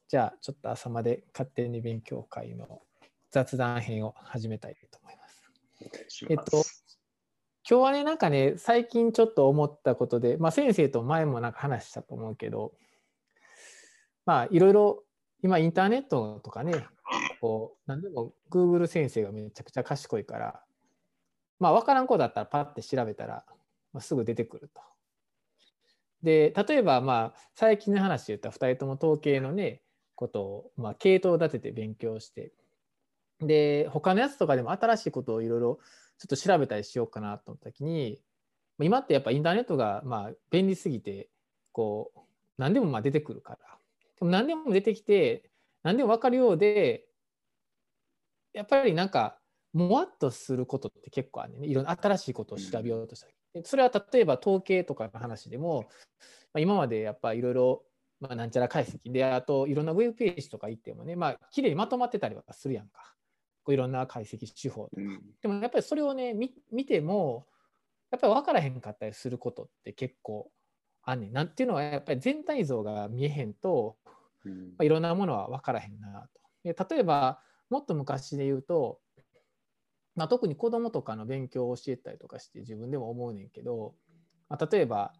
じゃあちょっと朝まで勝手に勉強会の雑談編を始めたいと思います。 お願いします。 今日はね、なんかね、最近ちょっと思ったことで、先生と前もなんか話したと思うけど、いろいろ今インターネットとかね、何でも Google 先生がめちゃくちゃ賢いから、分からんことだったらパッて調べたら、すぐ出てくると。で、例えば最近の話で言ったら2人とも統計のね、ことを系統を立てて勉強して、で、他のやつとかでも新しいことをいろいろちょっと調べたりしようかなと思った時に、今ってやっぱインターネットが便利すぎて、何でも出てくるから。でも何でも出てきて、何でも分かるようで、やっぱりなんか、もわっとすることって結構あるね。いろんな新しいことを調べようとしたり。それは例えば統計とかの話でも、今までやっぱいろいろ、なんちゃら解析で、あといろんなウェブページとか行ってもね、きれいにまとまってたりはするやんか。いろんな解析手法とか。でもやっぱりそれをね、見ても、やっぱり分からへんかったりすることって結構あんねん。なんていうのはやっぱり全体像が見えへんと、いろんなものは分からへんなと。で例えばもっと昔で言うと、特に子供とかの勉強を教えたりとかして自分でも思うねんけど、例えば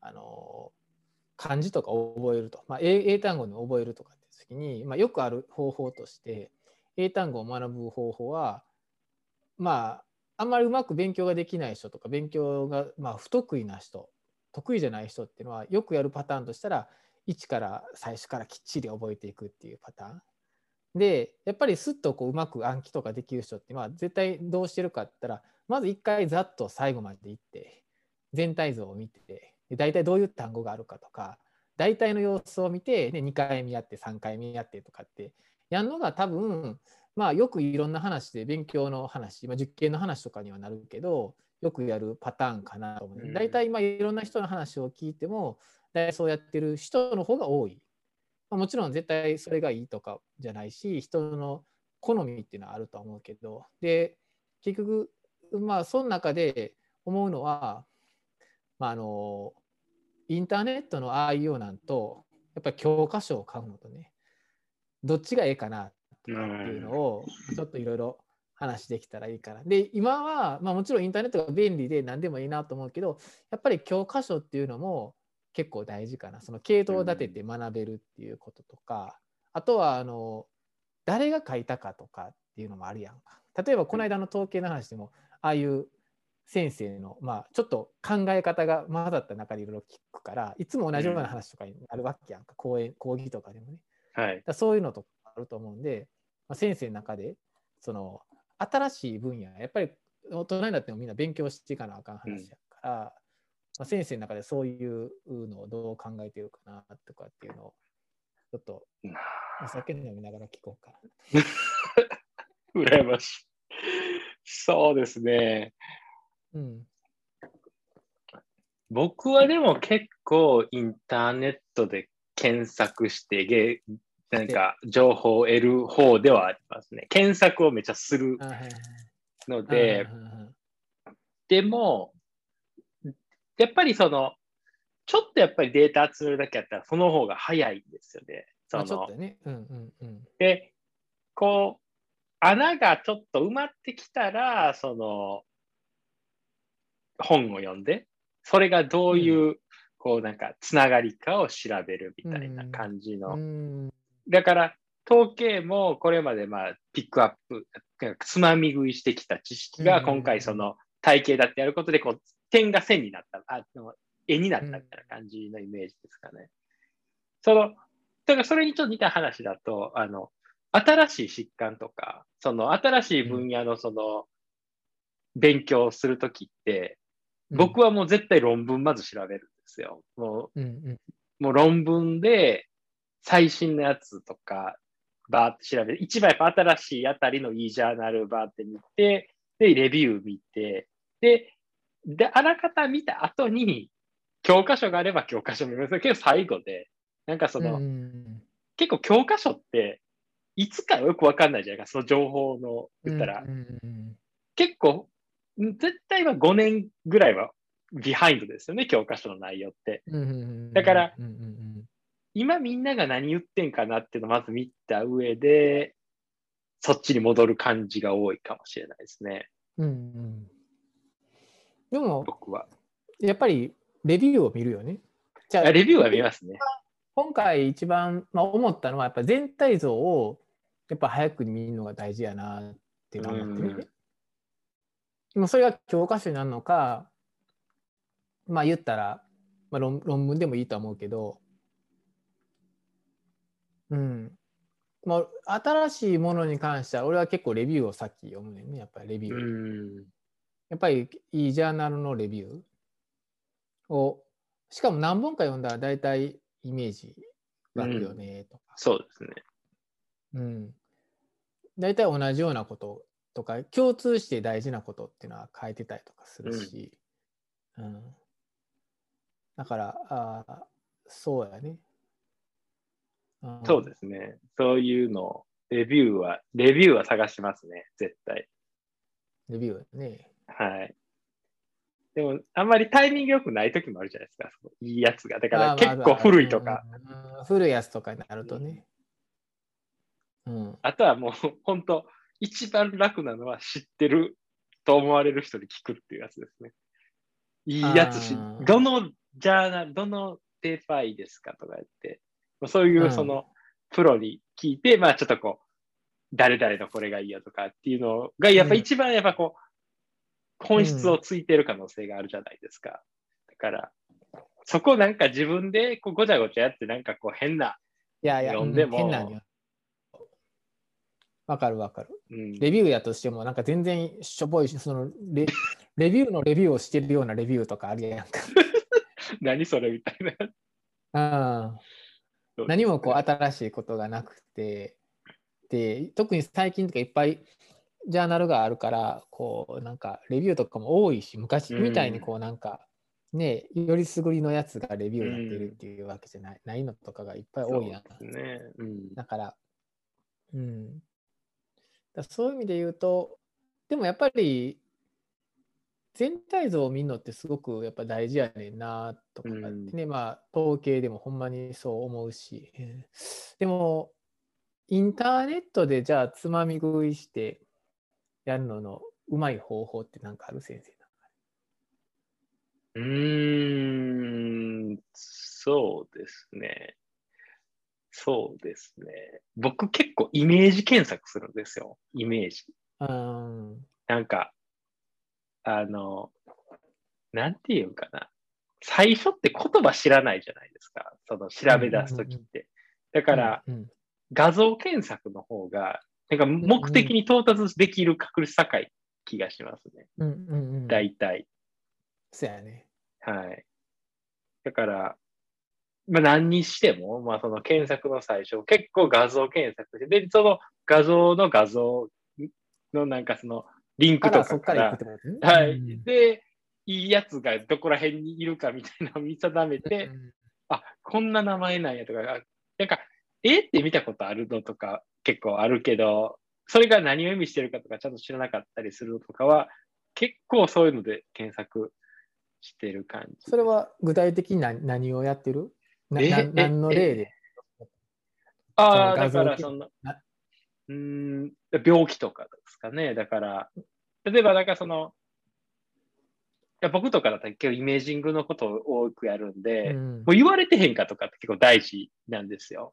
漢字とか覚えると、英単語に覚えるとかって時に、よくある方法として英単語を学ぶ方法はあんまりうまく勉強ができない人とか勉強が不得意な人、得意じゃない人っていうのはよくやるパターンとしたら一から最初からきっちり覚えていくっていうパターンで、やっぱりすっとうまく暗記とかできる人って絶対どうしてるかって言ったら、まず一回ざっと最後までいって全体像を見て、大体どういう単語があるかとか大体の様子を見て、2回見合って3回見合ってとかってやるのが多分よくいろんな話で勉強の話、受験の話とかにはなるけどよくやるパターンかなと思う。大体いろんな人の話を聞いても大体そうやってる人の方が多い。もちろん絶対それがいいとかじゃないし、人の好みっていうのはあると思うけど、で結局その中で思うのは、インターネットのああいうようなんとやっぱり教科書を買うのとね、どっちがいいかなとかっていうのをちょっといろいろ話できたらいいかな。で今は、もちろんインターネットが便利で何でもいいなと思うけど、やっぱり教科書っていうのも結構大事かな。その系統を立てて学べるっていうこととか、あとは誰が書いたかとかっていうのもあるやんか。例えばこの間の統計の話でもああいう先生のちょっと考え方が混ざった中でいろいろ聞くから、いつも同じような話とかになるわけやんか。講義とかでもね。だそういうのとかあると思うんで、先生の中でその新しい分野、やっぱり大人になってもみんな勉強していかなあかん話やから、先生の中でそういうのをどう考えてるかなとかっていうのをちょっとお酒飲みながら聞こうかな。 羨ましい。そうですね。僕はでも結構インターネットで検索してなんか情報を得る方ではありますね。検索をめっちゃするので、でもやっぱりちょっとやっぱりデータ集めるだけやったらその方が早いんですよね。 ちょっとね。 で、穴がちょっと埋まってきたら、本を読んで、それがどういう、なんか、つながりかを調べるみたいな感じの。だから、統計もこれまでピックアップ、つまみ食いしてきた知識が今回体系だってやることで、点が線になった、絵になったみたいな感じのイメージですかね。だからそれにちょっと似た話だと、新しい疾患とか、新しい分野の勉強するときって、僕はもう絶対論文まず調べるんですよ。もう論文で最新のやつとか、バーって調べる。一番やっぱ新しいあたりのいいジャーナルバーって見て、で、レビュー見て、で、あらかた見た後に、教科書があれば教科書見ますけど、最後で、なんか結構教科書って、いつかよくわかんないじゃないか、その情報の、言ったら。結構、絶対は5年ぐらいはビハインドですよね、教科書の内容って。だから、 今みんなが何言ってんかなっていうのをまず見た上で、そっちに戻る感じが多いかもしれないですね。 うんうん、でも、 僕は。 やっぱりレビューを見るよね。じゃあ、 レビューは見ますね。 今回一番、思ったのは、やっぱ全体像をやっぱ早くに見るのが大事やなっていうのは思ってね。でもそれが教科書になるのか、言ったら、論文でもいいと思うけど、新しいものに関しては、俺は結構レビューをさっき読むね、やっぱりレビュー。やっぱりいいジャーナルのレビューを、しかも何本か読んだら大体イメージ湧くよねとか。 そうですね。大体同じようなこととか、共通して大事なことっていうのは書いてたりとかするし、だからそうやね。 そうですね。そういうのを、レビューは探しますね、絶対。 レビューね。 はい。でも、あんまりタイミング良くない時もあるじゃないですか、いいやつが。だから結構古いとか。 古いやつとかになるとね。 あとはもう、本当一番楽なのは知ってると思われる人に聞くっていうやつですね。いいやつどのジャーナル、どのペーパーいいですかとか言って、そういうそのプロに聞いて、ちょっとこう、誰々のこれがいいよとかっていうのが、やっぱ一番やっぱこう、本質をついてる可能性があるじゃないですか。だから、そこなんか自分でこうごちゃごちゃやってなんかこう変な読んでも、 変なにわかるわかる、レビューやとしてもなんか全然しょぼいし、そのレビューのレビューをしてるようなレビューとかあるやんか。 何それみたいな。 何もこう新しいことがなくて、で特に最近とかいっぱいジャーナルがあるから、こうなんかレビューとかも多いし、昔みたいにこうなんかね、よりすぐりのやつがレビューになっているっていうわけじゃないのとかがいっぱい多いやん。だから、そういう意味で言うと、でもやっぱり全体像を見るのってすごくやっぱ大事やねんなとかね、統計でもほんまにそう思うし、でもインターネットでじゃあつまみ食いしてやるののうまい方法って何かある、先生？ そうですね。そうですね。僕結構イメージ検索するんですよ。イメージ。なんか、なんていうかな。最初って言葉知らないじゃないですか。その調べ出すときって。だから、画像検索の方が、なんか目的に到達できる確率高い気がしますね。大体。 そうやね。 はい。だから、何にしても、その検索の最初、結構画像検索して、で、その画像のなんかそのリンクとかから、はい。で、いいやつがどこら辺にいるかみたいなのを見定めて、こんな名前なんやとか、なんか、って見たことあるのとか結構あるけど、それが何を意味してるかとかちゃんと知らなかったりするとかは、結構そういうので検索してる感じ。 それは具体的に何をやってる？何の例で？ だから病気とかですかね。だから、例えばなんか僕とかだったら結構イメージングのことを多くやるんで、もう言われてへんかとかって結構大事なんですよ。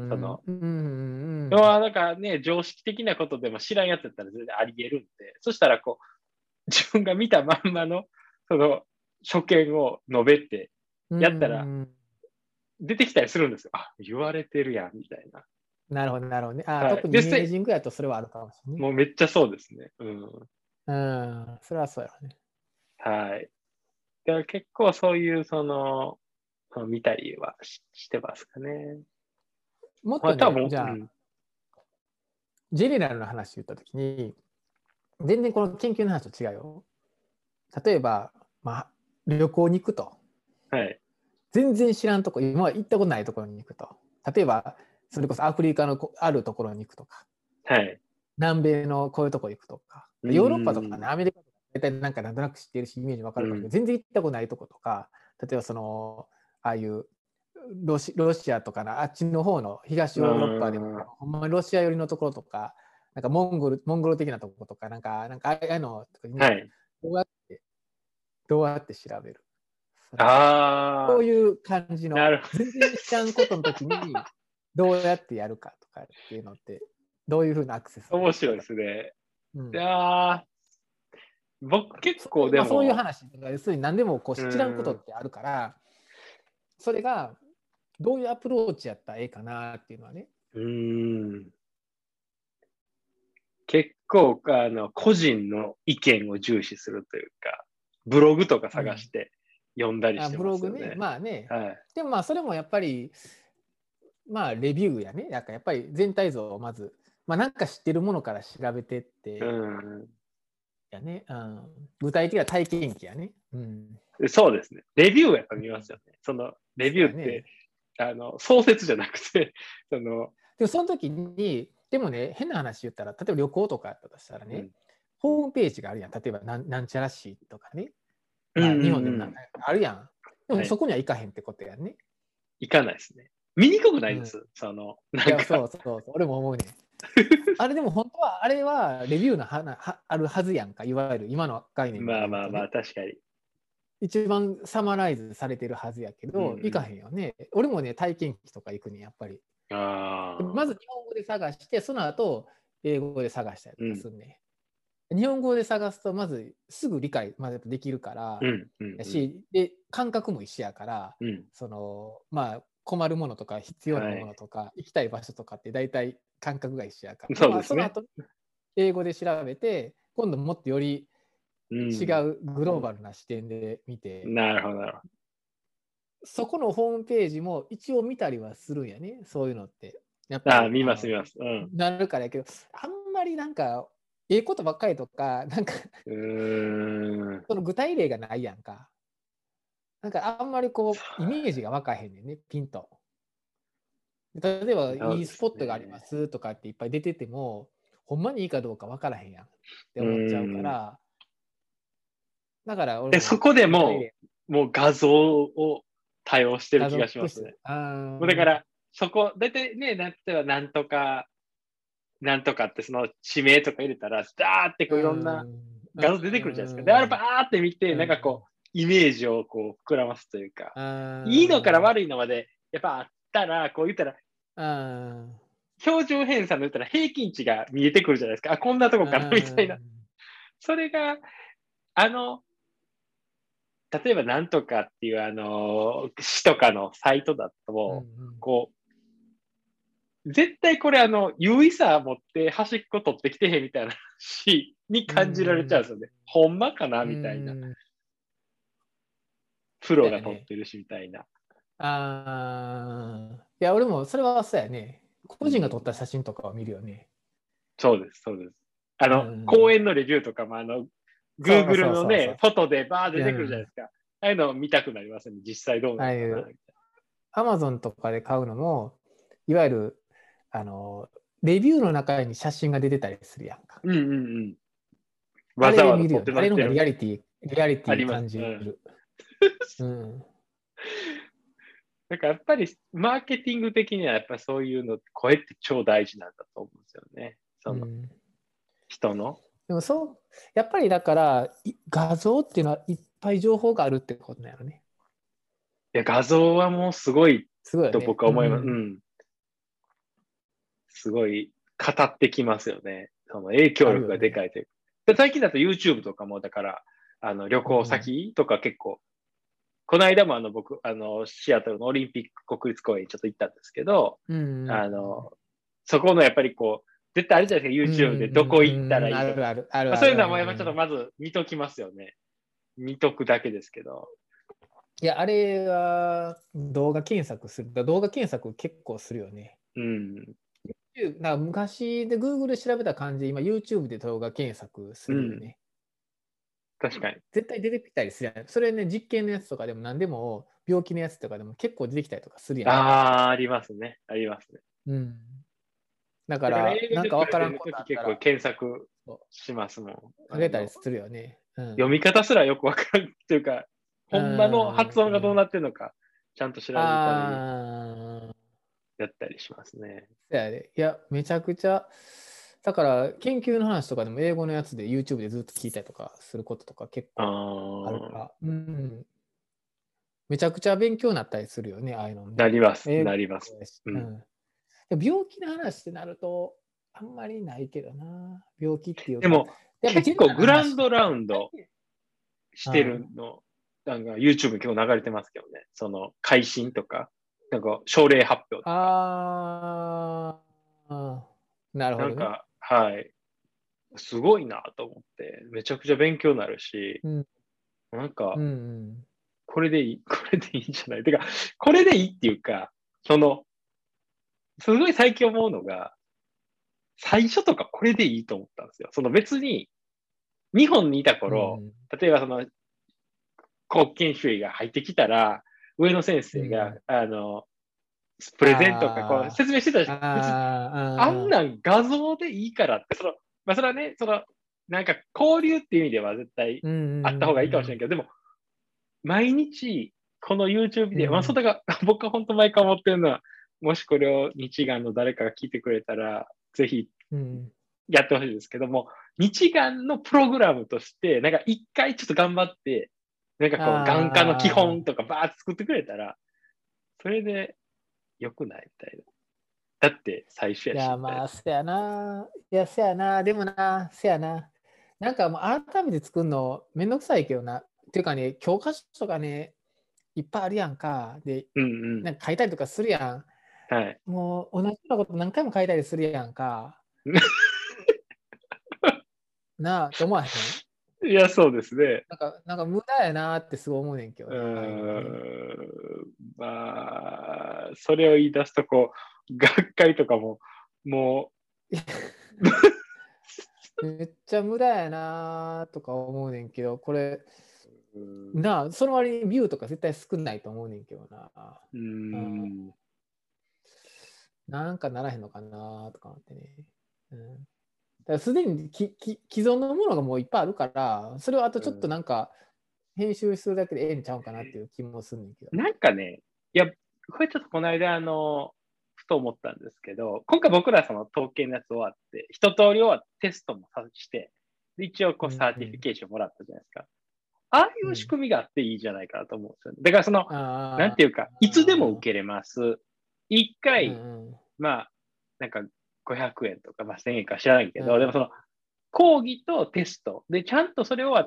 なんかね、常識的なことでも知らんやつだったら全然あり得るんで、そしたらこう、自分が見たまんまの、所見を述べて、やったら、出てきたりするんですよ。言われてるやん、みたいな。 なるほど、なるほどね。特にイメージングやとそれはあるかもしれない。 もうめっちゃそうですね。 それはそうやろね。 はい。だから結構そういう、見たりはしてますかね。 もっとね、じゃあ、ジェネラルな話言ったときに、全然この研究の話と違うよ。例えば、旅行に行くと。 はい。 全然知らんとこ、今まで行ったことないところに行くと。例えば、それこそアフリカのあるところに行くとか、 はい。 南米のこういうところに行くとか、ヨーロッパとかね、アメリカとか、大体なんとなく知ってるし、イメージわかるかもしれないけど、全然行ったことないとことか、例えばああいうロシアとかな、あっちの方の東ヨーロッパでも、ほんまにロシア寄りのところとか、なんかモンゴル的なところとか、なんかああいうのとかに、 はい。 どうやって調べるああ、 そういう感じの、 なるほ全然知らんことの時に、どうやってやるかとかっていうのって、どういうふうなアクセスど。 の面白い仕方。 ですね。 うん、 いやー、僕結構でまあ、そういうも、 話、要するに何でもこうう知らんことん、 ってあるから、それがどういうアプローチやったらええかなっていうのはね。 うん、結構、個人の意見を重視するというか、ブログとかうん、 探して読んだりしてブログね、 ますよね。 まあね。 はい。 でもまあそれもやっぱり、まあレビューやね。なんかやっぱり全体像をまず、まあなんか知ってるものから調べてっうて、 ん。 やね。うん、具体的な体験記やね。うん。 そうですね。レビューをやっぱ見ますよね。その、レそうビューって、 やね。 創設じゃなくて、その、 でもその時に、でもね、変な話言ったら、例えば旅行とかやったとしたらね、 うん。 ホームページがあるやん。例えばなんちゃら市とかね。 うんまあ日本でもうんうん。 あるやん。でもはい。 そこには行かへんってことやんね。 行かないですね。見にくくなうん。 いです。その、ないや、そんかうそうそう、俺も思うねん。あれでも本当は、あれはレビューのあるはずやんか。いわゆる今の概念でまあまあまあ、 言うとね。 確かに。 一番サマライズされてるはずやけうんど、行かうへんよね。俺もね、体験記とか行くねん、やっぱり。 ん。ああ。 まず日本語で探して、その後、英語で探したりとうん。 かすんねん。日本語で探すと、まずすぐ理解までできるから、 うんうんうん。 やし、で、感覚も一緒やから、 うん。 まあ、困るものとか必要なはい。 ものとか、行きたい場所とかって大体感覚が一緒やから。で、まあ、 そうですね。 その後、英語で調べて、今度もっとより違うん。 うグローバルな視点で見て、 なるほど、なるほど。 そこのホームページも一応見たりはするんやね、そういうのって。やっぱああ、 り、 見ます、見ます。うん。 なるからやけど、あんまりなんか、ええことばっかりとか、なんかうーん。 その具体例がないやんか。なんかあんまりこう、イメージが湧かへんねんね、ピンと。例えば、 そういいスポットがありまですね。 すとかっていっぱい出てても、ほんまにいいかどうか分からへんやんってう思っちゃうかーん。 ら、だから俺で、そもこでも具体例、 もう画像を多用してる画気像プッシュ。 がしますね。もうだかあら、そこ、だいたいね、例えばなんとか、なんとかってその地名とか入れたら、ダーってこうういろんなん、 画像出てくるじゃないですか。で、あれバーって見て、 うん、 なんかこう、イメージをこう膨らますというか、いいのからあ悪いのまで、やっぱあったら、こう言ったら、 あ、 標準偏差の言ったら平均値が見えてくるじゃないですか。あ、こんなとこかなみたいな。それが、あの、例えばなんとかっていう市とかのサイトだうん、うと、 ん、 こう、絶対これ優位さ持って端っこ取ってきてへんみたいなし、にう感じられちゃうんん、 ですよね。ほんまかなうみたいな。 ん、 プロが撮っそうやね。 てるしみたいな。 ああ、いや、俺もそれはそうやね。個人が撮うん。 った写真とかを見るよね。 そうです、そうです。 うん。 公園のレビューとかもそう Google そうのね、 そうそう。 フォトでバー出てくるじゃないでうん。 すか。ああいうのを見たくなりますね。実際どうなのかな、 ああいう、 みたいアマゾンとかで買うのも、いわゆる、あの、レビューの中に写真が出てたりするやんか。 な。うんうんうん。 あれわざわざ撮ってで見るよね。あれの方が載せてる。 リアリテあります。 ィ感じうん。 る。うん。 なんかやっぱり、マーケティング的にはやっぱりそういうの、声って超大事なんだと思うんですよね。そのうん。 人の。 でもやっぱりだから、画像っていうのはいっぱい情報があるってことだよね。 いや、画像はもうすごいとすごいよね。 僕は思います。ううん。 ん。すごい語ってきますよね。その影響力がであるよね。 かいという。で、最近だと YouTube とかも、だから、旅行うん。 先とか結構、この間も僕、シアトルのオリンピック国立公園にちょっと行ったんですけど、 うん。 あの、そこのやっぱりこう、絶対あるじゃないですか、 うん。 YouTube でどこ行ったうん。 らいいとか。 あるある。あるあそういうるあのはもうやっぱちょっとる。 まず見ときますよね。見とくだけですけど。 いや、あれは動画検索する。動画検索結構するよね。 うん。 なんか昔で Google で調べた感じ、今 YouTube で動画検索すうん。 るよね。 確かに。 絶対出てきたりするやん。それね、実験のやつとかでも何でも、病気のやつとかでも結構出てきたりとかするやんか。 ああ、ありますね。ありますね。 うん。だかだからら、 英語でなんかわからんこプレゼンのとあったら、 時結構検索そしますもん。 うかけたりするよね。うん。 読み方すらよくわからんというか、 うほんまの発音がどうん。 なってるのかちゃんと調べるためにやったりしますね。 そうやで。いや、めちゃくちゃ、だから研究の話とかでも英語のやつで YouTube でずっと聞いたりとかすることとか結構あるかあら、うん、めちゃくちゃ勉強になったりするよね、ああいうのあ、なね。 ります、 英語なります。 うん。でも病気の話ってなると、あんまりないけどな。病気っていうか、 でも、 やっぱジェネラル結構グな話。 ランドラウンドしてるうん。 の、なんか YouTube に今日流れてますけどね。その、会診とか、なんか症例発表とか。 ああ、なるほどね。 なんか、はい。すごいなと思って、めちゃくちゃ勉強になるし、 うん、 なんか、 うん、 これでいい、これでいいんじゃないてか、これでいいっていうか、その、すごい最近思うのが、最初とかこれでいいと思ったんですよ。その別に、日本にいたうん、 頃、 うん、 例えばその、国研修医が入ってきたら、上野先生が、 うん。 プレゼントとかこうあ説明してたし、 あ、 別に、あんああ、 なん画像でいいからって、その、まあそれはね、その、なんか交流っていう意味では絶対うん、 あった方がいいかもしれんうん、 けど、でも、毎日、この YouTube ビデオ、まあ、そうん、 れが、僕は本当毎回思ってるのは、もしこれを日眼の誰かが聞いてくれたら、ぜひうん、 やってほしいですけども、日眼のプログラムとして、なんか一回ちょっと頑張って、なんかこう、眼科の基ああ、 本とかバーって作ってくれたら、それで良くないみたいな。だって最初やし、 いや、 みたいな。 まあ、せやな。いや、せやな。でもな、せやな。なんかもう改めて作るのめんどくさいけどな。っていうかね、教科書とかね、いっぱいあるやんか。で、 うんうん。 なんか書いたりとかするやん。 はい。 もう同じようなこと何回も書いたりするやんか。なあ、と思わへん。 いや、そうですね。 なんか無駄やなってすごい思うねんけどうね、ああいうのはね。 ーん。まあ、それを言い出すと、こう、学会とかも、もめっちゃ無駄やなとか思うねんけど、これ、 う、 なあ、その割にビューとか絶対少ないと思うねんけどな。 ううん、 ん、 なんかならへんのかなとか思ってね。うん、だからすでに既存のものがもういっぱいあるから、それをあとちょっとうん。 なんか編集するだけでええんちゃうかなっていう気もすんねんけど。 なんかね、いや、これちょっとこの間、ふと思ったんですけど、今回僕らその統計のやつ終わって、一通り終わってテストもして、で一応こうサーティフィうん、 ケーションもらったじゃないですか。ああいうん。 う仕組みがあっていいじゃないかなと思うんですよね。だからその、なんあていうか、いつでもあ、 受けれます。一う回、 ん、うん、 まあ、なんか500円とか、まあ1000円か知らないけど、でもうん、 その、講義とテスト。で、ちゃんとそれ終わうん、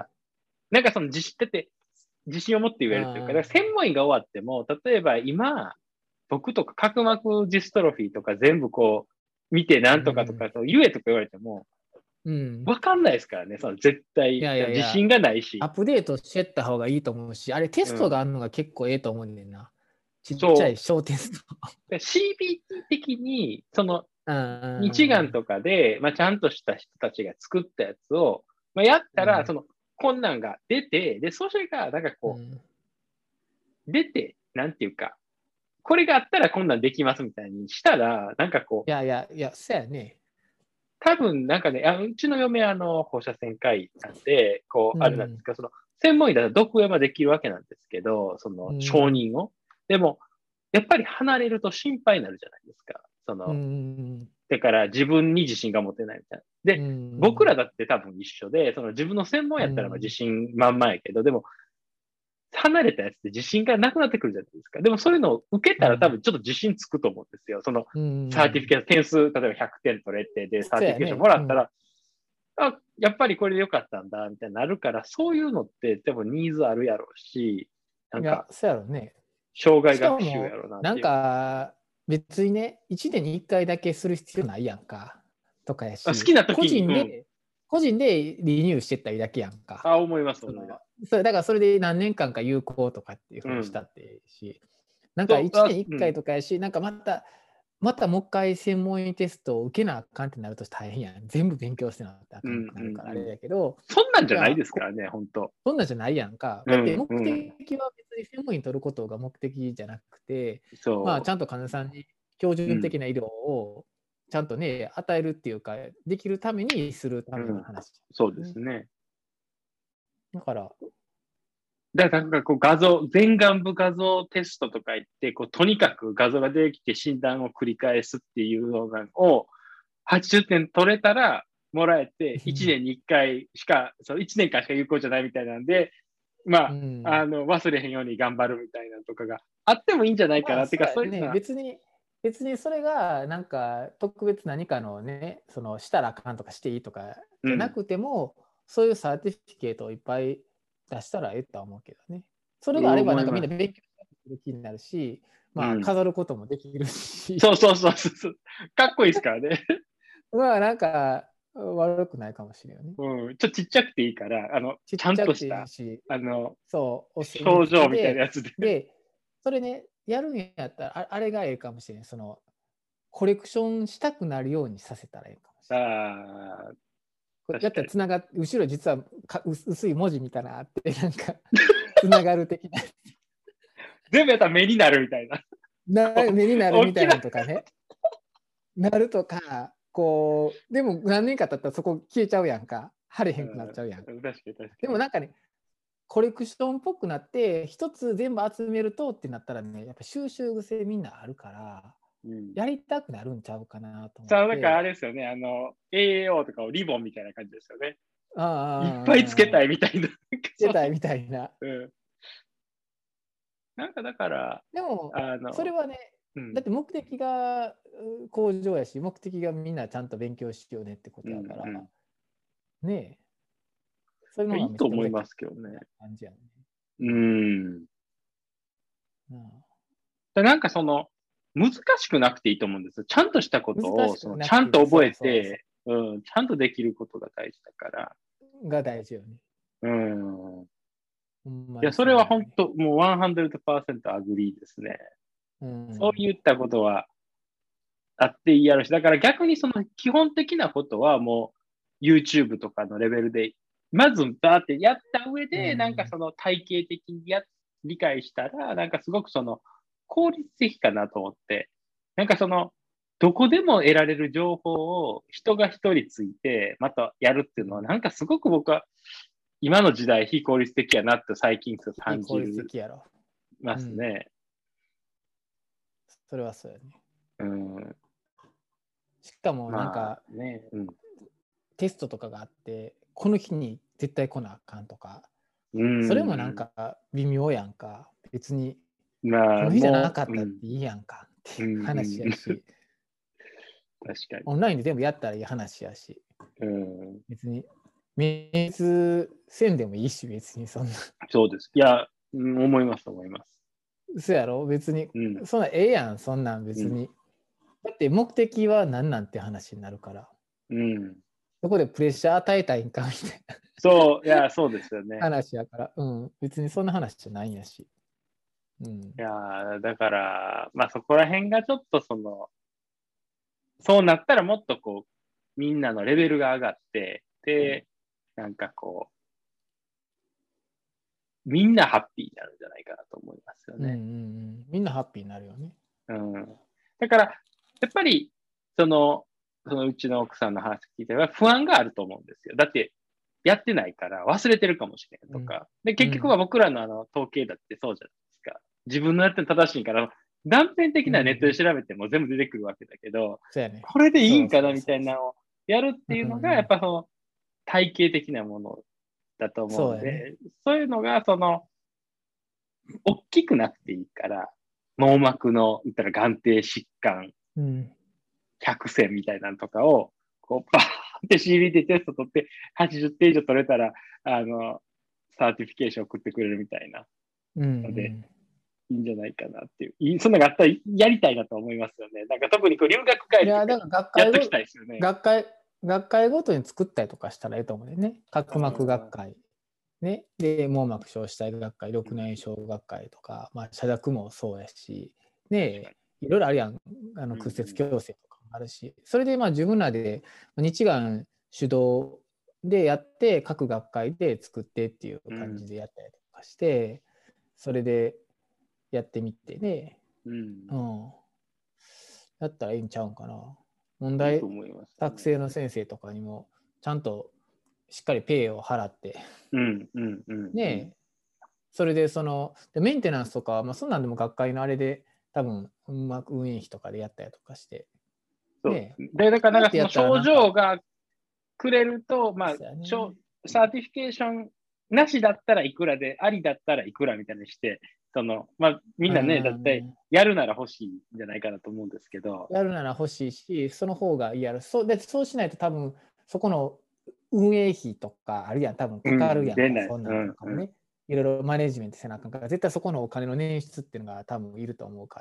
ったら、なんかその自信、だって自信を持って言えるというか、だから専門医が終わっても、例えば今、僕とか角膜ジストロフィーとか全部こう、見てなうんとかとかん、 と言えとか言われても、 うん。 わかんないですからね、その絶い対、 やいやいや、 自信がないし。 アップデートしてった方がいいと思うし、あれテストがうん。 あるのが結構ええと思うねんな。ちっちゃいそ小テスト。 う。CBT 的に、その、 う日眼ん、 とかで、まあ、ちゃんとした人たちが作ったやつを、まあ、やったら、 うん、 その、困難が出て、で、それが、なんかこうん。 う、出て、なんていうか、これがあったらこんなんできますみたいにしたら、なんかこう、 いやいやいや、そうやね。 多分なんかね、うちの嫁は放射線科医なんで、こう、あれなんですうん、 けど、その、専門医だと毒山できるわけなんですけど、その、承うん、 認を。でも、やっぱり離れると心配になるじゃないですか。そうの、 ん、 だから自分に自信が持てないみたいな。 うで、僕らん、 だって多分一緒で、その自分の専門やったらまあ自うん、 信満々やけど、でも、離れたやつで自信がなくなってくるじゃないですか。でもそういうのを受けたら多うん、 分ちょっと自信つくと思うんですよ。その、 うサーティフィケーん。 ション、点数、例えば100点取れて、で、サーティフィケーションそうやね。うん。 もらったら、あ、やっぱりこれでよかったんだ、みたいになるから、そういうのって多分ニーズあるやろうし、なんいや、 か、 そうやろね。しか障害学習やも、 ろうなっなんていう。 か、別にね、1年に1回だけする必要ないやんか。とかやあ、好し、 きな時に、うん。 個人でリニューしてったりだけやんか。 あ、思います、 その、 思います。 だからそれで何年間か有効とかっていうふうにしうん。 たってし、なんかそう、 1年1 うん。 回とかやし、なんかまたもう一回専門医テストを受けなあかんってなると大変やん。全部勉強してなってあうん、うかんくなるからあれん、うん。 やけど、 そんなんじゃないいや、 ですからね、本当。 そんなんじゃないやんか。だってうん、 目うん。 的は別に専門医取ることが目的じゃなくて、まあ、ちそゃんと患者さんに標う。うん、 準的な医療をちゃんとね、与えるっていうか、できるためにするたうん。 めの話、 そうでね。 すね。 だから、 だからなんかこう前眼部画像テストとか言って、こうとにかく画像が出てきて診断を繰り返すっていうのを80点取れたらもらえて、1年に1回しか、そう1年間しか有効じゃないみたいなんで、まあ、忘れへんように頑張るみたいなのとかがあってもいいんじゃないかな。てか、そういうのは。 別にそれがなんか特別何かのね、そのしたらあかんとかしていいとかじゃなくても、そういうサーティフィケートをいっぱい出したらええとは思うけどね。それがあればなんかみんな勉強する気になるし、まあ飾ることもできるし。 そう。かっこいいですからね。 まあなんか悪くないかもしれないね。 ちょっとちっちゃくていいから、ちゃんとした、 そう、 表情みたいなやつで。 で、それね、やるんやったら、あれがええかもしれない。その、コレクションしたくなるようにさせたらええかもしれない。だったらつながって、後ろ実は薄い文字みたいなのあって、なんか、つながる的な。 全部やったら目になるみたいな。 目になるみたいなとかね。なるとか、こう、でも何年か経ったらそこ消えちゃうやんか。貼れへんくなっちゃうやん。 確かに。 でもなんかね、コレクションっぽくなって、一つ全部集めるとってなったらね、やっぱ収集癖みんなあるから、やりたくなるんちゃうかなと思って。 さあ、だからあれですよね、AAO とかをリボンみたいな感じですよね。いっぱいつけたいみたいな。 つけたいみたいな。 なんかだから、 でも、それはね、だって目的が向上やし、目的がみんなちゃんと勉強しようねってことだから、ねえ。 そういうのがいいと思いますけどね。 感じやね。 なんかその、難しくなくていいと思うんですよ。ちゃんとしたことをちゃんと覚えて、ちゃんとできることが大事だから。 が大事よね。 いや、それは本当、もう100%アグリーですね。そういったことはあっていいやろし、だから逆にその基本的なことはもう YouTube とかのレベルで、まずバーってやった上で、なんかその体系的に理解したら、なんかすごくその効率的かなと思って、なんかその、どこでも得られる情報を人が一人ついて、またやるっていうのは、なんかすごく僕は今の時代非効率的やなって最近感じますね。 それはそうやね。しかもなんか、テストとかがあって、この日に絶対来なあかんとか、それもなんか微妙やんか。別に、この日じゃなかったっていいやんかっていう話やし、 確かに。 オンラインで全部やったらいい話やし、別に、面接せんでもいいし、別にそんな。 そうです。いや、思います。 そうやろ別に、そんなええやん、そんなん別に。だって目的は何なんて話になるから。そこでプレッシャー与えたいんかみたいな。 そうですよね。 話やから、別にそんな話じゃないんやし。 いやだから、まあそこら辺がちょっとそうなったらもっとこう、みんなのレベルが上がって、で、なんかこう、みんなハッピーになるんじゃないかなと思いますよね。 みんなハッピーになるよね。 だから、やっぱり、そのうちの奥さんの話聞いては不安があると思うんですよ。だって、やってないから忘れてるかもしれんとか。で、結局は僕らの統計だってそうじゃないですか。自分のやってるの正しいから、断片的なネットで調べても全部出てくるわけだけど、これでいいんかなみたいなのをやるっていうのが、やっぱその体系的なものだと思うので、そういうのが、大きくなくていいから、網膜の、言ったら眼底疾患、100選みたいなのとかを、こう、バーって CBT テスト取って、80点以上取れたら、サーティフィケーション送ってくれるみたいなので、いいんじゃないかなっていう。そんなのがあったらやりたいなと思いますよね。なんか特にこう留学会とかやっときたいですよね。 学会ごとに作ったりとかしたらいいと思うよね。角膜学会。ね、で網膜小子体学会、緑内障学会とか、まあ、社諾もそうやし、ね、いろいろあるやん、屈折矯正とかもあるし、それでまあ自分らで日眼主導でやって、各学会で作ってっていう感じでやったりとかして、それでやってみてね、やったらいいんちゃうんかな。問題作成の先生とかにもちゃんとしっかりペイを払ってねそれででメンテナンスとか、まあ、そんなんでも学会のあれで多分うまく運営費とかでやったりとかして。 そうですね。で、だからなんかその症状がくれると、まあ、サーティフィケーションなしだったらいくらで、ありだったらいくらみたいにして、まあ、みんなね、だってやるなら欲しいんじゃないかなと思うんですけど。 やるなら欲しいし、その方がいいやろ。そうしないと多分、そこの運営費とかあるやん、多分かかるやんか、そんなんとかもね。いろいろマネジメントせなあかんから、絶対そこのお金の捻出っていうのが多分いると思うから、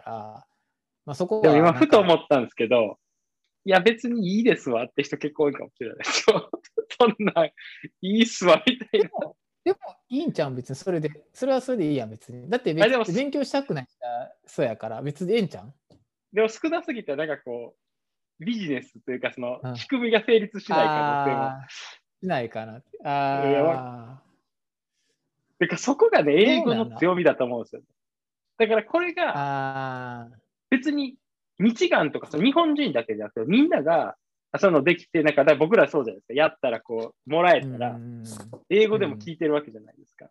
まあ、そこはでも今ふと思ったんですけど、いや別にいいですわって人結構多いかもしれないですよ。そんな、いいっすわみたいな。 でもいいんちゃうん別にそれはそれでいいやん別に。だって別に勉強したくない人はそうやから別にええんちゃうんでも少なすぎてなんかこう、ビジネスというかその仕組みが成立しない可能性も。 しないかな。 てかそこがね、英語の強みだと思うんですよ。だからこれが、別に日韓とか日本人だけじゃなくて、みんなができて、なんか僕らそうじゃないですか。やったらこう、もらえたら、英語でも聞いてるわけじゃないですか。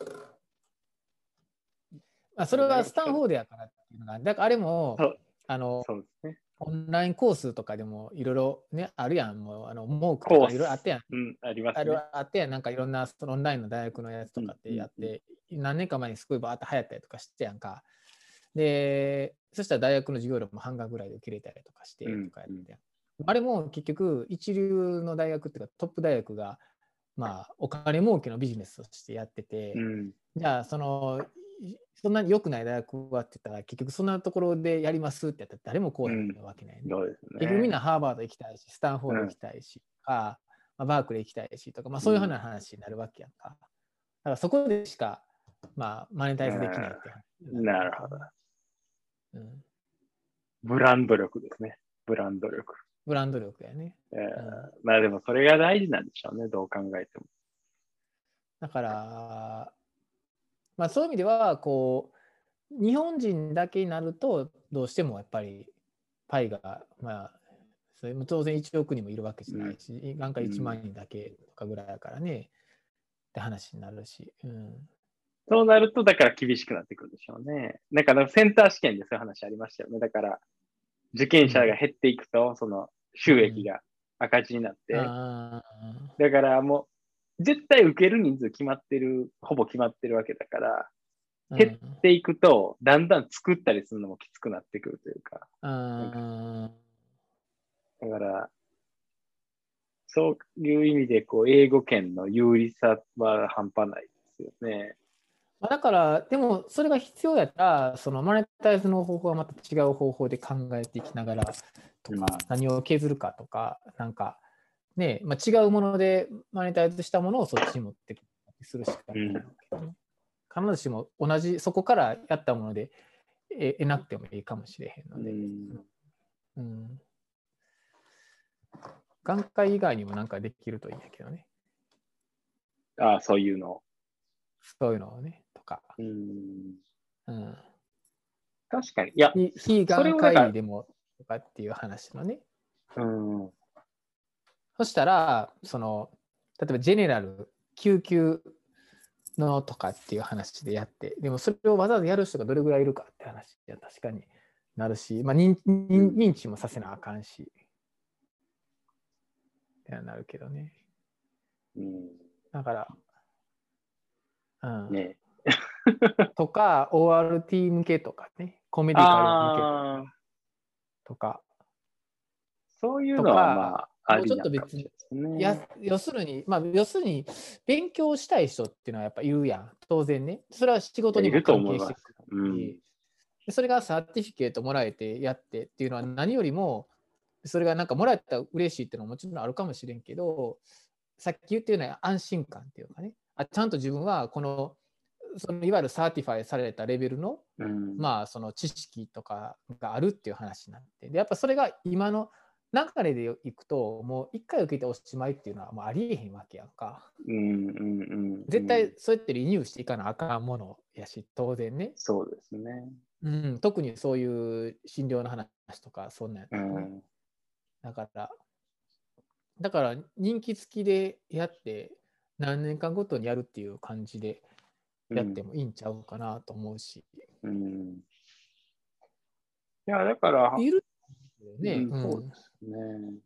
まあ、それはスタンフォードやからっていうのが、だからあれも、 そうですね。 オンラインコースとかでもいろいろね、あるやん。もう、モークとかいろいろあってやん。 ありますね。 あってやん。なんかいろんなオンラインの大学のやつとかってやって、何年か前にすごいバーって流行ったりとかしてやんか。で、そしたら大学の授業料も半額ぐらいで受けれたりとかしてとかやってやん。あれも結局、一流の大学っていうか、トップ大学が、まあ、お金儲けのビジネスとしてやってて、じゃあ、そんなに良くない大学はって言ったら、結局そんなところでやりますってやったら誰も来へんわけないね。結局みんなハーバード行きたいし、スタンフォード行きたいし、バークレー行きたいしとか、そういうふうな話になるわけやんか。だからそこでしか、マネタイズできないって話。 なるほど。ブランド力ですね。ブランド力。 ブランド力やね。 まあでもそれが大事なんでしょうね、どう考えても。 だから、そういう意味では、こう、日本人だけになると、どうしてもやっぱり、パイが、それも当然1億人もいるわけじゃないし、なんか1万人だけとかぐらいだからね、って話になるし。 そうなると、だから厳しくなってくるでしょうね。なんかセンター試験でそういう話ありましたよね。だから、受験者が減っていくと、その収益が赤字になって、だからもう、絶対受ける人数ほぼ決まってるわけだから、減っていくと、だんだん作ったりするのもきつくなってくるというか。だから、そういう意味で、英語圏の有利さは半端ないですよね。 だから、でも、それが必要やったら、マネタイズの方法はまた違う方法で考えていきながらとか、何を削るかとか、なんか、ね、違うものでマネタイズしたものをそっちに持ってするしかないわけね。必ずしも同じ、そこからやったもので得なくてもいいかもしれへんので。眼科以外にもなんかできるといいんやけどね。 そういうの。 そういうのをね、とか。 確かに。いや、 非眼科医でもとかっていう話のね。そしたら、例えばジェネラル、救急のとかっていう話でやって、でもそれをわざわざやる人がどれぐらいいるかって話は確かになるし、認知もさせなあかんし、ってなるけどね。だから、 ねとか、ORT 向けとかね、コメディカル向けとか。 そういうのはもうちょっと別に、要するに、勉強したい人っていうのはやっぱいるやん、当然ね。それは仕事にも関係してくるし、それがサーティフィケートもらえてやってっていうのは何よりも、それがなんかもらえたら嬉しいっていうのはもちろんあるかもしれんけど、さっき言ってるような安心感っていうかね、ちゃんと自分はそのいわゆるサーティファイされたレベルの、その知識とかがあるっていう話になって、でやっぱそれが今の流れでいくと、もう一回受けておしまいっていうのはもうありえへんわけやんか。絶対そうやってリニューしていかなあかんものやし、当然ね。 そうですね。 特にそういう診療の話とか、そんなんやったらね。だから人気付きでやって、何年間ごとにやるっていう感じでやってもいいんちゃうかなと思うし。 うん。いや、だから、 いるね。 そうですね。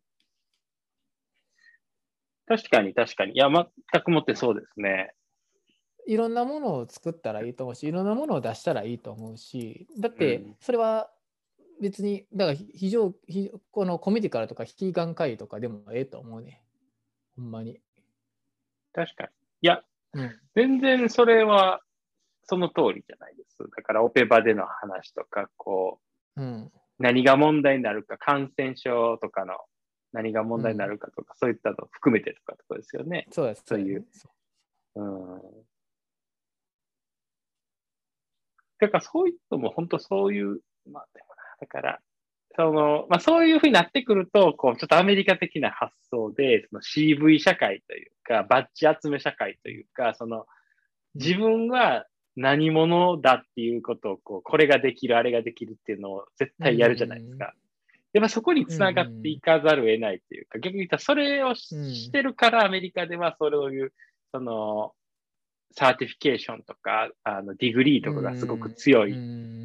確かに、確かに。いや、全くもってそうですね。 いろんなものを作ったらいいと思うし、いろんなものを出したらいいと思うし、だっうん。 てそれは別に、だからこのコメディカルとか非眼科医とかでもええと思うね。ほんまに。 確かに。いや、 うん。 全然それはその通りじゃないです。だから、オペバでの話とか、こうん。 う、何が問題になるか、感染症とかの何が問題になうん。 るかとか、そういったのを含めてとかってことですよね。 そうや、そうやね。 そういう。うん。だからそういうのも本当そういう、まあでもな、だから、まあそういうふうになってくると、こう、ちょっとアメリカ的な発想で、その CV 社会というか、バッジ集め社会というか、 うん。 自分は何者だっていうことを、こう、これができる、あれができるっていうのを絶う対やるじゃないですん。 か。やっぱそこにうつながっていん。 かざるを得ないというか、逆に言ったらそれをうん。 してるからアメリカではそういう、その、サーティフィケーションとか、ディグリーうとかがすごくん。 強いうん。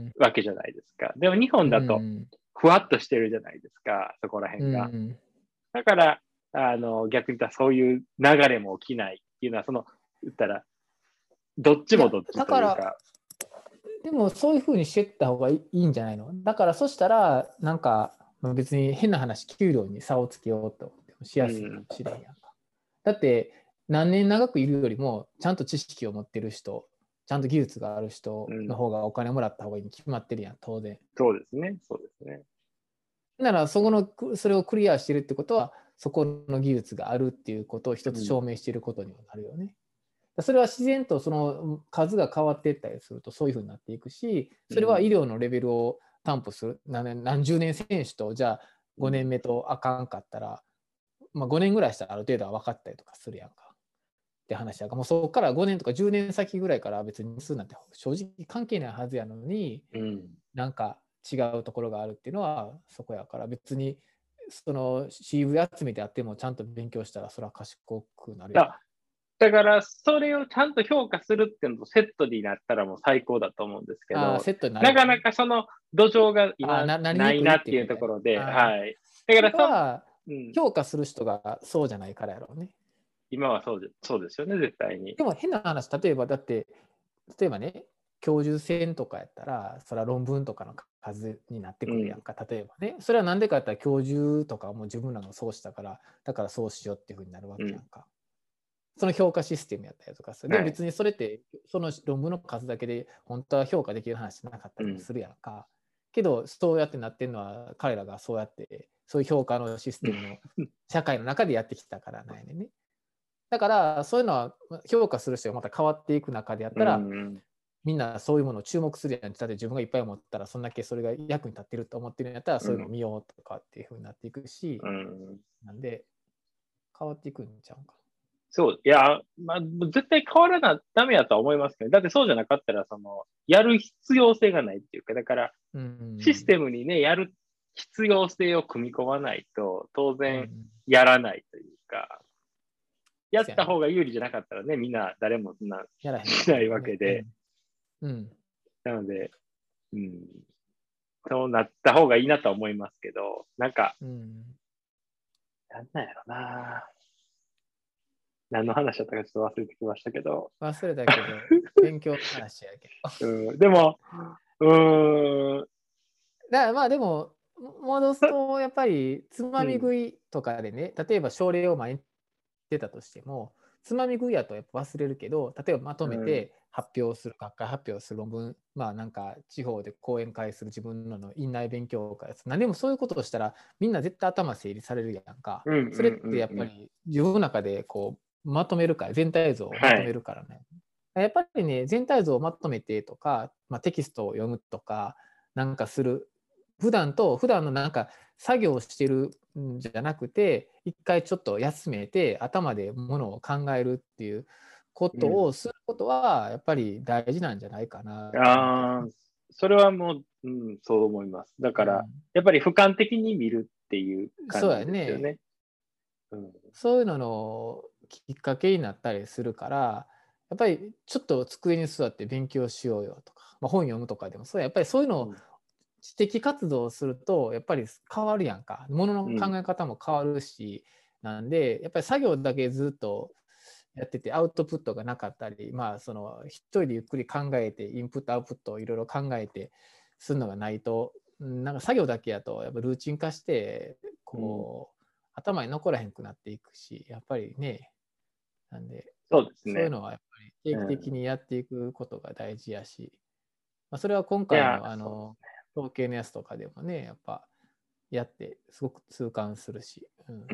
わけじゃないですか。でも日本うだと、 ん。 ふわっとしてるじゃないですか、そこらう辺が。 ん。 だから、逆に言ったらそういう流れも起きないっていうのは、言ったら、どっちいや、 もどっちだから、 というか、 でもそういうふうにしていった方がいいんじゃないの。だからそしたら、なんか、まあ別に変な話、給料に差をつけようとしやすいかうん、 もしれんやんか。だって、何年長くいるよりも、ちゃんと知識を持ってる人、ちゃんと技術がある人うん、 の方がお金もらった方がいいに決まってるやん、当然。 そうですね、そうですね。 なら、それをクリアしてるってことは、そこの技術があるっていうことを一つうん、 証明していることにもなるよね。それは自然とその数が変わっていったりするとそういうふうになっていくし、それは医うん、 療のレベルを担保する何十年選手とじゃあ5 うん。 年目とあかんかったら、まあ、5年ぐらいしたらある程度は分かったりとかするやんかって話やから、もうそこから5年とか10年先ぐらいから別に数なんて正直関係ないはずやのに、 うん。 なんか違うところがあるっていうのはそこやから、別にその CV 集めてあってもちゃんと勉強したらそれは賢くなるやん。 だから、それをちゃんと評価するっていうのとセットになったらもう最高だと思うんですけど、 ああ、セットになれなかなばね。 かその土壌がああ、 今なりなにくいっいなっていうていうことやね。 ところで、 ああ、 はい。だかそられはうん、 評価する人がそうじゃないからやろうね。 今はそうですよね、絶対に。 でも変な話、例えばだって、例えばね、教授選とかやったら、それは論文とかの数になってうん、 くるやんか、例えばね。それはなんでかやったら教授とかも自分らがそうしたから、だからそうしようっていうふうになるわうん、 けやんか。その評価システムやったりとかする。ではい。 も別にそれってその論文の数だけで本当は評価できる話じゃなかったうん、 りもするやんか。けどそうやってなってるのは彼らがそうやってそういう評価のシステムの社会の中でやってきたからなんやね。だからそういうのは評価する人がまた変わっていく中でやっうたらん、 みんなそういうものを注目するやん。だって自分がいっぱい持ったらそんだけそれが役に立ってると思ってるんやったらうん、 そういうのを見ようとかっていう風になっていくし、 うん。 なんで変わっていくんちゃうか。 そう、いや、まあ、絶対変わらなダメやとは思いますけど、だってそうじゃなかったら、やる必要性がないっていうか、だから、 うシスん。 テムにね、やる必要性を組み込まないと、当然うん。 やらないというか、やっそうやね。 た方が有利じゃなかったらね、みんな誰もそんなやらへんかしないらね。 わけで、 うん。 なので、うん、そうなった方がいいなとは思いますけど、なんか、 うん。 なんなんやろな。何の話だったかちょっと忘れてきましたけど、 忘れたけど、勉強の話やけど。 うん、でも、うーん、 だからまあでも、戻すと、やっぱりつまみうん、 食いとかでね、例えば症例を毎日出たとしても、つまみ食いやとやっぱ忘れるけど、例えばまとうん、 めて発表する、学会発表する論文、まあなんか地方で講演会する自分の院内勉強会、何でもそういうことをしたら、みんな絶対頭整理されるやんか。 うん、うん、 それってやっうん。 ぱり自分の中でこうまとめるから、全体像をまとめはい。 るからね。やっぱりね、全体像をまとめてとか、まあ、テキストを読むとか、なんかする。普段のなんか作業をしてるんじゃなくて、一回ちょっと休めて、頭でものを考えるっていうことうん。 をすることは、やっぱり大事なんじゃないかなと思うけどね。 ああ、それはもう、うん、そう思います。だから、 うん、 やっぱり俯瞰的に見るっていう感そうじやね。 ですよね。うん。 そういうののきっかけになったりするから、 やっぱりちょっと机に座って勉強しようよとか、まあ、本読むとかでもそうやっぱりそういうのを知的活動をするとやっぱり変わるやんか。ものの考え方も変わるし、なんでやっぱり作業だけずっとやっててアウトプットがなかったり、まあその一人でゆっくり考えてインプットアウトプットをいろいろ考えてするのがないと、なんか作業だけやとやっぱルーチン化してこう、頭に残らへんくなっていくし、やっぱりね、なんでそうですね。 そういうのはやっぱり定期的にやっていくことが大事やし、まあ、それは今いや、 回の統計のやつとかでもね、やっぱやってすごく痛感するし。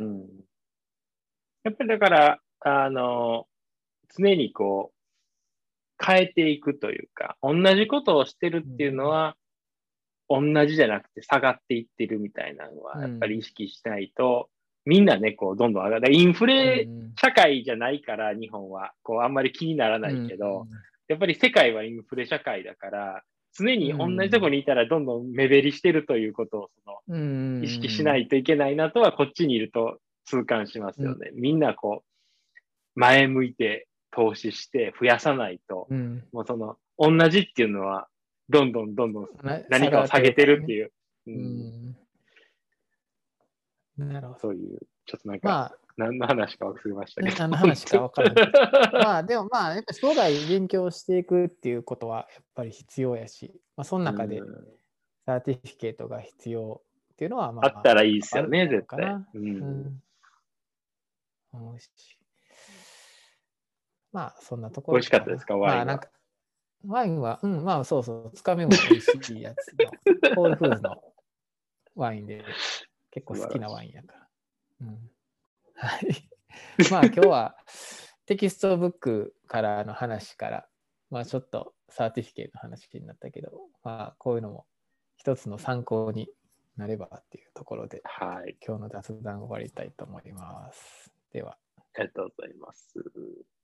やっぱりだから、常にこう、変えていくというか、同じことをしてるっていうのは、同じじゃなくて下がっていってるみたいなのは、やっぱり意識しないと、みんなね、こう、どんどん上がる。インフレ社会じゃないから、日本は、こう、あんまり気にならないけど、やっぱり世界はインフレ社会だから、常に同じとこにいたらどんどん目減りしてるということを、意識しないといけないなとは、こっちにいると痛感しますよね。みんなこう、前向いて投資して増やさないと、もう同じっていうのは、どんどん何かを下げてるっていう。 なるほど。 そういう、ちょっとなんか、 まあ、 何の話か忘れましたけど。 何の話か分からんけど。まあでもまあ、やっぱ生涯勉強していくっていうことはやっぱり必要やし、まあ、その中でサーティフィケートが必要っていうのはまあったらいいですあるよね、絶対。 かな。まあそんなとこ美ろ味しかったですか、ワインは。 まあなんか、ワインは、まあそうそう、つかみも美味しいやつの、ホールフーズのワインで結構好きなワインやから。はい。まあ今日はテキストブックからの話から、まあちょっとサーティフィケートの話になったけど、まあこういうのも一つの参考になればっていうところで、 はい。 今日の雑談を終わりたいと思います。では。 ありがとうございます。